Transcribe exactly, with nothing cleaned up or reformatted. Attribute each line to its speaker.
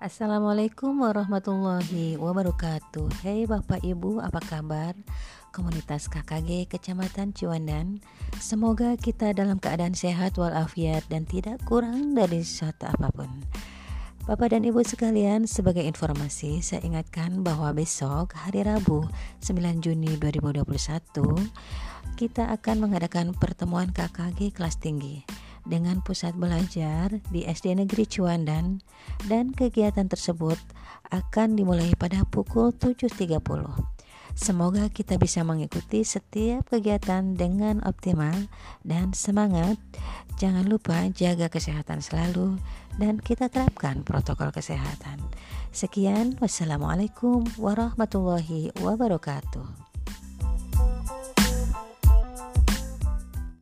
Speaker 1: Assalamualaikum warahmatullahi wabarakatuh. Hei Bapak Ibu, apa kabar? Komunitas K K G Kecamatan Ciwandan, semoga kita dalam keadaan sehat walafiat dan tidak kurang dari sesuatu apapun. Bapak dan Ibu sekalian, sebagai informasi saya ingatkan bahwa besok hari Rabu sembilan Juni dua ribu dua puluh satu kita akan mengadakan pertemuan K K G kelas tinggi dengan pusat belajar di S D Negeri Ciwandan, dan kegiatan tersebut akan dimulai pada pukul tujuh tiga puluh. Semoga kita bisa mengikuti setiap kegiatan dengan optimal dan semangat. Jangan lupa jaga kesehatan selalu dan kita terapkan protokol kesehatan. Sekian, wassalamualaikum warahmatullahi wabarakatuh.